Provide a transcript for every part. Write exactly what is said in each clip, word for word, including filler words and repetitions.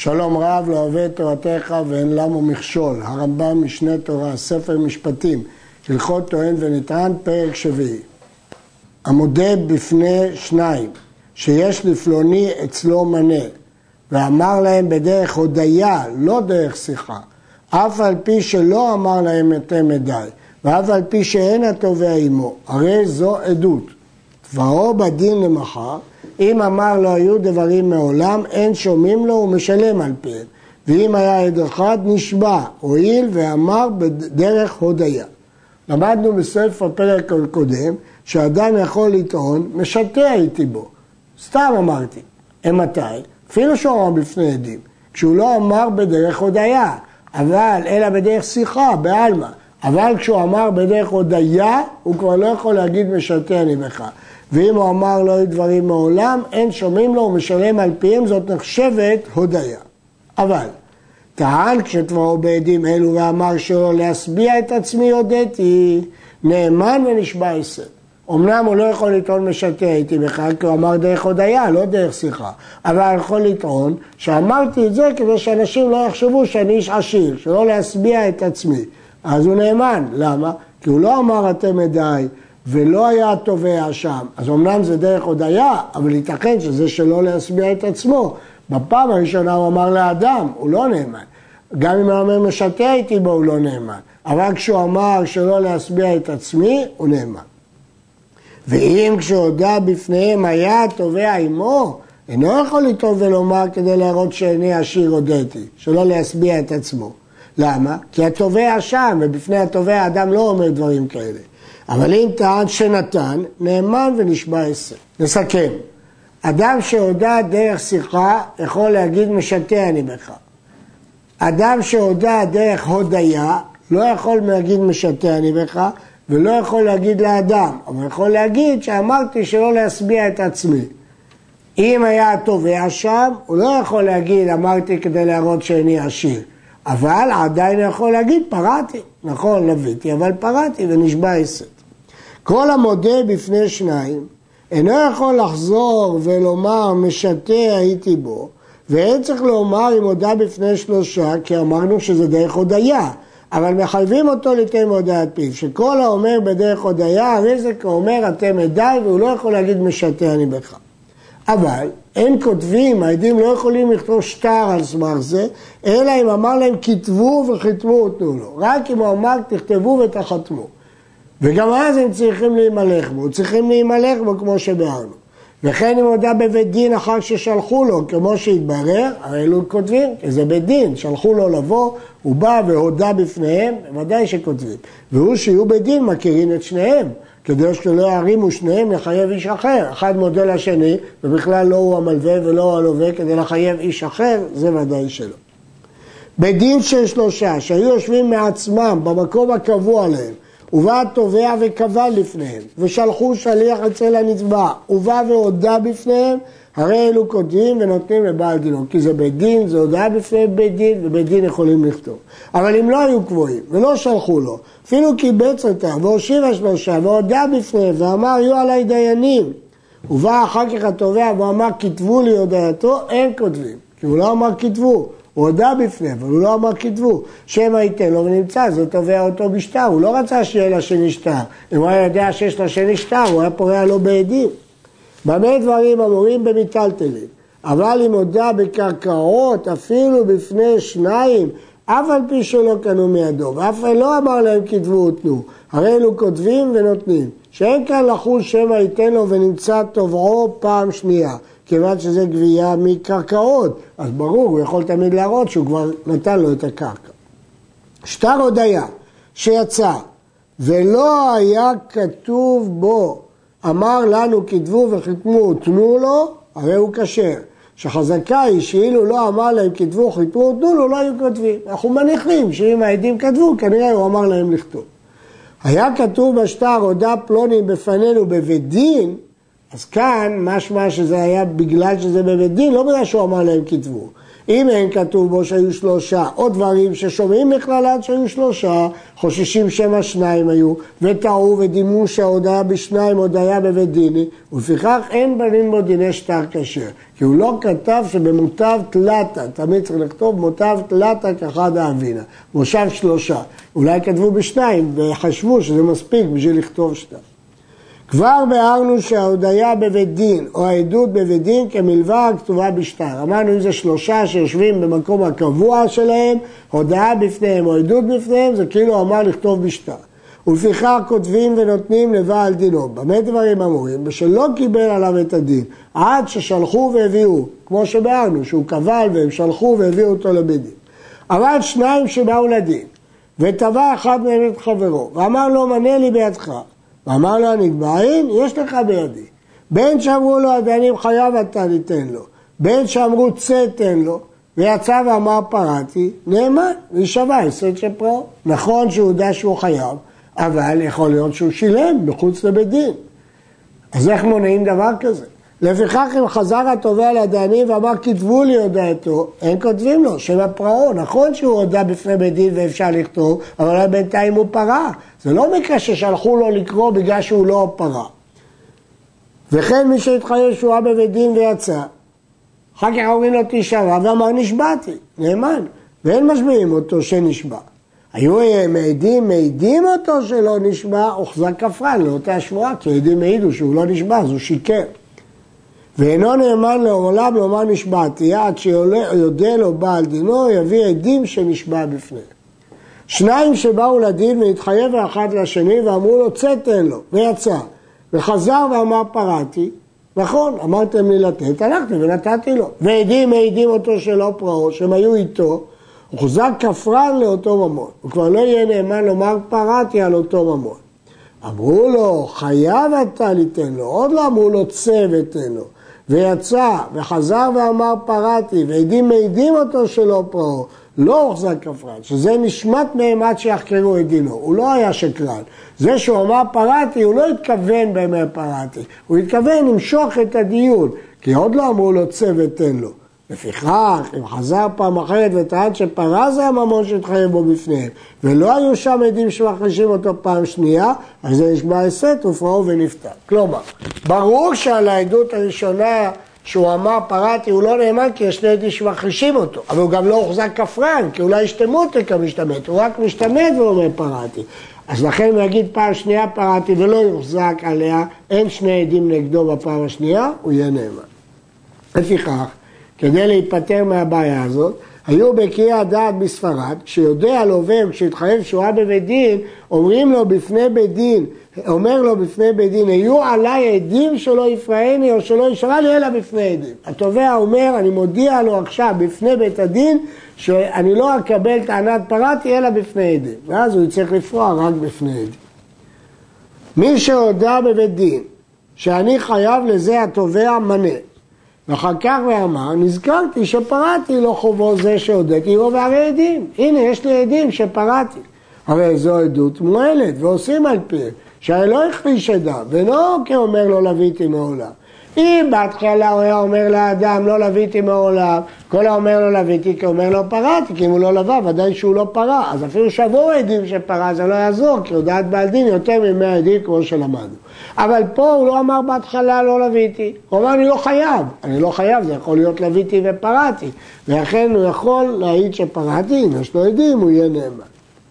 שלום רב לא אוהב את תורתך ואין למו מכשול. הרמב"ם משנה תורה, ספר משפטים, הלכות טוען ונטען, פרק שביעי. המודה בפני שניים, שיש לפלוני אצלו מנה, ואמר להם בדרך הודיה, לא דרך שיחה, אף על פי שלא אמר להם אתם מדי, ואף על פי שאין התובע עמו, הרי זו עדות. דברו בדין למחר, אם אמר לא היו דברים מעולם, אין שומעים לו ומשלם על פיהם. ואם היה עד אחד, נשבע, הועיל ואמר בדרך הודיה. למדנו בסוף הפרק הקודם, שאדם יכול לטעון, משתע איתי בו. סתם אמרתי. מתי? אפילו שהוא אמר בפני עדים. כשהוא לא אמר בדרך הודיה, אבל אלא בדרך שיחה, בעלמא. אבל כשהוא אמר בדרך הודיה, הוא כבר לא יכול להגיד משתע אני בך. ואם הוא אמר לא היו דברים מעולם, אין שומעים לו ומשלם על פיהם, זאת נחשבת הודיה. אבל, טען כשתבעו בעדים אלו ואמר שלא להשביע את עצמי הודיתי, נאמן ונשבע עשר. אמנם הוא לא יכול לטעון משתע איתי בכלל, כי הוא אמר דרך הודיה, לא דרך שיחה. אבל הוא יכול לטעון שאמרתי את זה כדי שאנשים לא יחשבו שאני איש עשיר, שלא להשביע את עצמי. אז הוא נאמן. למה? כי הוא לא אמר אתם מדי, ולא היה תובע שם. אז אמנם זה דרך הודיה, אבל ייתכן שזה שלא להשביע את עצמו. בפעם הראשונה הוא אמר לאדם, הוא לא נאמן. גם אם הוא אומר משתע איתי בו, הוא לא נאמן. אבל כשהוא אמר שלא להשביע את עצמי, הוא נאמן. ואם כשהודע בפניהם היה תובע עמו, אינו יכול לטעון ולומר כדי להראות שאני עשיר הודיתי, שלא להשביע את עצמו. למה? כי התובע שם, ובפני התובע האדם לא אומר דברים כאלה. אבל אם טען שנתן, נאמן ונשבע עשר. נסכם. אדם שהודע דרך שיחה, יכול להגיד משתע אני בך. אדם שהודע דרך הודיה, לא יכול להגיד משתע אני בך, ולא יכול להגיד לאדם, אבל יכול להגיד שאמרתי שלא להשביע את עצמי. אם היה התובע שם, הוא לא יכול להגיד אמרתי כדי להראות שאני עשיר. אבל עדיין יכול להגיד פרעתי. נכון, לביתי, אבל פרעתי ונשבע עשר. כל המודה בפני שניים, אינו יכול לחזור ולומר משתע הייתי בו, ואין צריך לומר אם הודה בפני שלושה, כי אמרנו שזה דרך הודיה, אבל מחייבים אותו ליתן הודעת פיו, שכל האומר בדרך הודיה, הרי זה כאומר אתם עדיי, והוא לא יכול להגיד משתע אני בך. אבל אין כותבים, העדים לא יכולים לכתוב שטר על סמך זה, אלא אם אמר להם כתבו וחיתמו ותנו לו. רק אם הוא אמר תכתבו ותחתמו. וגם אז הם צריכים להימלך בו, צריכים להימלך בו כמו שבארנו. וכן אם הודע בבית דין אחר ששלחו לו, כמו שהתברר, הרי אלו כותבים, כי זה בית דין, שלחו לו לבוא, הוא בא והודע בפניהם, ודאי שכותבים. והוא שיהיו בית דין מכירים את שניהם, כדי שלא ירימו שניהם לחייב איש אחר. אחד מודה לשני, ובכלל לא הוא המלווה ולא הלווה, כדי לחייב איש אחר, זה ודאי שלא. בדין של שלושה, שהיו יושבים מעצמם במקום הקבוע להם, ובא התובע וקבל לפניהם, ושלחו שליח אצל הנתבע, ובא והודע בפניהם, הרי אלו כותבים ונותנים לבעל דינו, כי זה בית דין, זה הודעה בפני בית דין, ובית דין יכולים לכתוב. אבל אם לא היו קבועים, ולא שלחו לו, אפילו קיבץ אותם, והושיב השלושה, והודע בפניהם, ואמר יהיו עליי דיינים, ובא אחר כך התובע ואמר כתבו לי הודעתו, אין כותבים, כי הוא לא אמר כתבו. הוא הודע בפניהם, אבל הוא לא אמר כתבו. שמא ייתן לו ונמצא, זה תובע אותו בשטר. הוא לא רצה שיהיה לשני שטר. אם הוא היה יודע שיש לשני שטר, הוא היה פורע לו בעדים. במה דברים אמורים במיטלטלים. אבל אם הודע בקרקעות, אפילו בפני שניים, אף על פי שלא קנו מידו, ואף על לא אמר להם כתבו ותנו. הרי אלו כותבים ונותנים. שאין כאן לחוש שמא ייתן לו ונמצא תובעו פעם שנייה. כיוון שזה גבייה מקרקעות, אז ברור, הוא יכול תמיד להראות שהוא כבר נתן לו את הקרקע. שטר הודיה שיצא, ולא היה כתוב בו, אמר לנו כתבו וחיתמו, תנו לו, הרי הוא כשר. שחזקה היא שאילו לא אמר להם כתבו, חיתמו, תנו לו, לא היו כותבים. אנחנו מניחים שאם העדים כתבו, כנראה הוא אמר להם לכתוב. היה כתוב בשטר הודע פלוני בפנינו בבית דין, אז כאן משמע שזה היה בגלל שזה בבית דין, לא בגלל שהוא אמר להם כתבו, אם אין כתוב בו שהיו שלושה, או דברים ששומעים מכללת שהיו שלושה, חוששים שמא שניים היו, וטעו ודימו שההודעה בשניים הודעה בבית דיני, ולפיכך אין בנים בו דיני שטר כשר. כי הוא לא כתב שבמוטב תלתה, תמיד צריך לכתוב מוטב תלתה כאחד האבינה, מושב שלושה. אולי כתבו בשניים וחשבו שזה מספיק בשביל לכתוב שטר. כבר ביארנו שההודיה בבית דין או העדות בבית דין כמלווה הכתובה בשטר. אמרנו אם זה שלושה שיושבים במקום הקבוע שלהם, הודעה בפניהם או עדות בפניהם, זה כאילו אמר לכתוב בשטר. ולפיכך כותבים ונותנים לבעל דינו. במה דברים אמורים? בשלא קיבל עליו את הדין, עד ששלחו והביאו, כמו שביארנו, שהוא קבל והם שלחו והביאו אותו לבית דין. אבל שניים שבאו לדין, ותבע אחד מהם את חברו, ואמר לו מנה לי בידך. ואמר לו הנתבעים, יש לך בידי. בין שאמרו לו הדיינים חייב אתה ניתן לו, בין שאמרו צא תן לו, ויצא ואמר פרעתי, נאמן, וישבע הפסד של פרעו. נכון שהוא יודע שהוא חייב, אבל יכול להיות שהוא שילם בחוץ לבית דין. אז איך מונעים דבר כזה? לפיכך אם חזר התובע לדיינים ואמר כתבו לי הודעתו, הם כותבים לו שבע פרעו. נכון שהוא הודע בפני בית דין ואפשר לכתוב, אבל בינתיים הוא פרע. זה לא מקרה ששלחו לו לקרוא בגלל שהוא לא פרע. וכן מי שהתחייב שהוא היה בבית דין ויצא, אחר כך אומרים לו תשבע ואמר נשבעתי, נאמן, ואין משביעים אותו שנשבע. היו מעידים, מעידים אותו שלא נשבע, הוחזק כפרן לאותה שבועה, כי העדים מעידו שהוא לא נשבע, אז הוא שיקר. ואינו נאמן לעולם לומר נשבעתי, עד שיודע לו בעל דינו, יביא עדים שנשבע בפניהם. שניים שבאו לדין והתחייב האחד לשני ואמרו לו צא תן לו, ויצא. וחזר ואמר פרעתי, נכון, אמרתם לי לתת, הלכתי ונתתי לו. ועדים מעידים אותו שלא פרעו, שהם היו איתו, הוא חוזק כפרן לאותו ממון. הוא כבר לא יהיה נאמן לומר פרעתי על אותו ממון. אמרו לו, חייב אתה ליתן לו, עוד לא אמרו לו צא ותן לו. ויצא וחזר ואמר פרעתי, ועדים מעידים אותו שלא פרעו, לא הוחזק כפרן, שזה נשמט מהם עד שיחקרו את דינו, הוא לא היה שקרן. זה שהוא אמר פרעתי, הוא לא התכוון באמת פרעתי, הוא התכוון למשוך את הדיון, כי עוד לא אמרו לו צא ותן לו. לפיכך, אם חזר פעם אחרת וטען שפרע זה הממון שהתחייב בו בפניהם, ולא היו שם עדים שמחלישים אותו פעם שנייה, אז זה נשבע הסת ופרעו ונפטר. כלומר, ברור שעל העדות הראשונה שהוא אמר פרעתי הוא לא נאמן כי יש שני עדים שמחלישים אותו, אבל הוא גם לא הוחזק כפרן, כי אולי השתמות כמשתמט, הוא רק משתמט ואומר פרעתי. אז לכן הוא יגיד פעם שנייה פרעתי ולא יוחזק עליה, אין שני עדים נגדו בפעם השנייה, הוא יהיה נאמן. לפיכך, כדי להיפטר מהבעיה הזאת, היו בקריאי הדעת בספרד, כשיודע לובר, כשהתחייב שהוא היה בבית דין, אומרים לו בפני בית דין, אומר לו בפני בית דין, היו עליי עדים שלא יפרעני או שלא ישרה לי אלא בפני עדים. התובע אומר, אני מודיע לו עכשיו בפני בית הדין, שאני לא אקבל טענת פרעתי אלא בפני עדים. ואז הוא יצטרך לפרוע רק בפני עדים. מי שהודע בבית דין, שאני חייב לזה התובע מנה, ואחר כך ואמר, נזכרתי שפרעתי לו חובו זה שהודיתי לו והרי עדים. הנה, יש לי עדים שפרעתי. הרי זו עדות מועלת, ועושים על פי, שהרי לא הכחיש עדה, ולא כאומר לא לוויתי מעולם. אם בהתחלה הוא היה אומר לאדם לא לוויתי מעולם, כל האומר לא לוויתי כאומר לא פרעתי, כי אם הוא לא לווה, ודאי שהוא לא פרע. אז אפילו שבוע עדים שפרע, זה לא יעזור, כי הודעת בעל דין יותר ממאה עדים כמו שלמדנו. אבל פה הוא לא אמר בהתחלה לא לוויתי, הוא אמר אני לא חייב, אני לא חייב, זה יכול להיות לוויתי ופרעתי, ולכן הוא יכול להעיד שפרעתי, אם יש לו עדים הוא יהיה נאמן.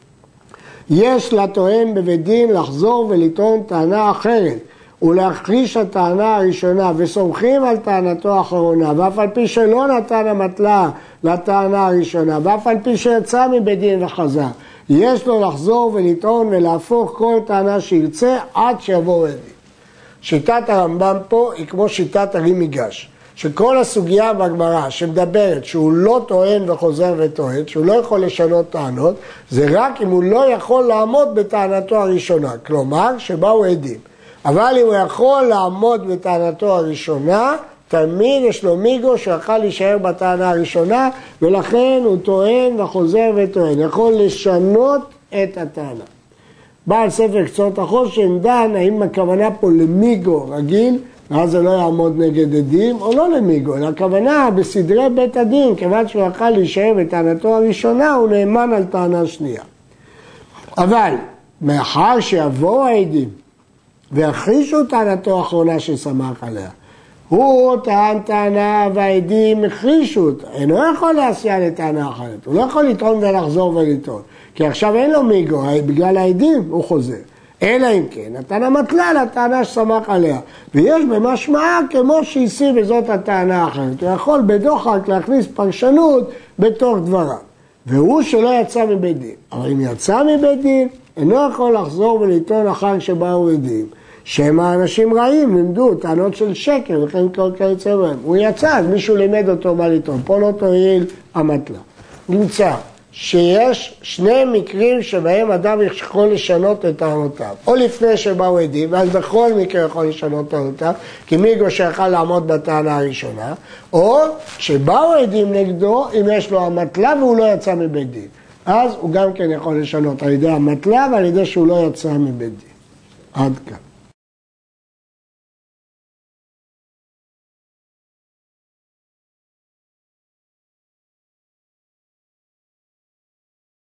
יש לטוען בבית דין לחזור ולטעון טענה אחרת, ולהכחיש הטענה הראשונה, וסומכים על טענתו האחרונה, ואף על פי שלא נתן המטלה לטענה הראשונה, ואף על פי שיצא מבית דין וחזר, יש לו לחזור ולטעון ולהפוך כל טענה שירצה עד שיבוא עדים. שיטת הרמב"ם פה היא כמו שיטת הרי מיגש, שכל הסוגיה בגמרא שמדברת שהוא לא טוען וחוזר וטוען, שהוא לא יכול לשנות טענות, זה רק אם הוא לא יכול לעמוד בטענתו הראשונה, כלומר שבאו עדים. אבל אם הוא יכול לעמוד בטענתו הראשונה, תמיד יש לו מיגו שיכול להישאר בטענה הראשונה, ולכן הוא טוען וחוזר וטוען, יכול לשנות את הטענה. בעל ספר קצות החושן דן, האם הכוונה פה למיגו רגיל, ואז זה לא יעמוד נגד עדים או לא למיגו, אלא הכוונה בסדרי בית הדין, כיוון שהוא יכל להישאר בטענתו הראשונה, הוא נאמן על טענה שנייה. אבל מאחר שיבואו העדים והכחישו טענתו האחרונה שסמך עליה, הוא טען טענה והעדים הכחישו אותה, אינו יכול להסיע לטענה אחרת, הוא לא יכול לטעון ולחזור ולטעון, כי עכשיו אין לו מיגו, בגלל העדים הוא חוזר. אלא אם כן, נתן המטלה לטענה שסמך עליה, ויש במשמעה כמו שהסיר בזאת הטענה האחרת, הוא יכול בדוחק להכניס פרשנות בתוך דבריו, והוא שלא יצא מבית דין, אבל אם יצא מבית דין, אינו יכול לחזור ולטעון אחר שבאו עדים, שהם האנשים רעים, לימדו טענות של שקר, וכן כל כיוצא בהם, הוא יצא, אז מישהו לימד אותו מה לטעון, פה לא תועיל המטלה. נמצא שיש שני מקרים שבהם אדם יכול לשנות את טענותיו, או לפני שבאו עדים, ואז בכל מקרה יכול לשנות טענותיו, כי מיגו שיכל לעמוד בטענה הראשונה, או שבאו עדים נגדו אם יש לו המטלה והוא לא יצא מבית דין. אז הוא גם כן יכול לשנות על ידי המטלה ועל ידי שהוא לא יצא מבית דין. עד כאן.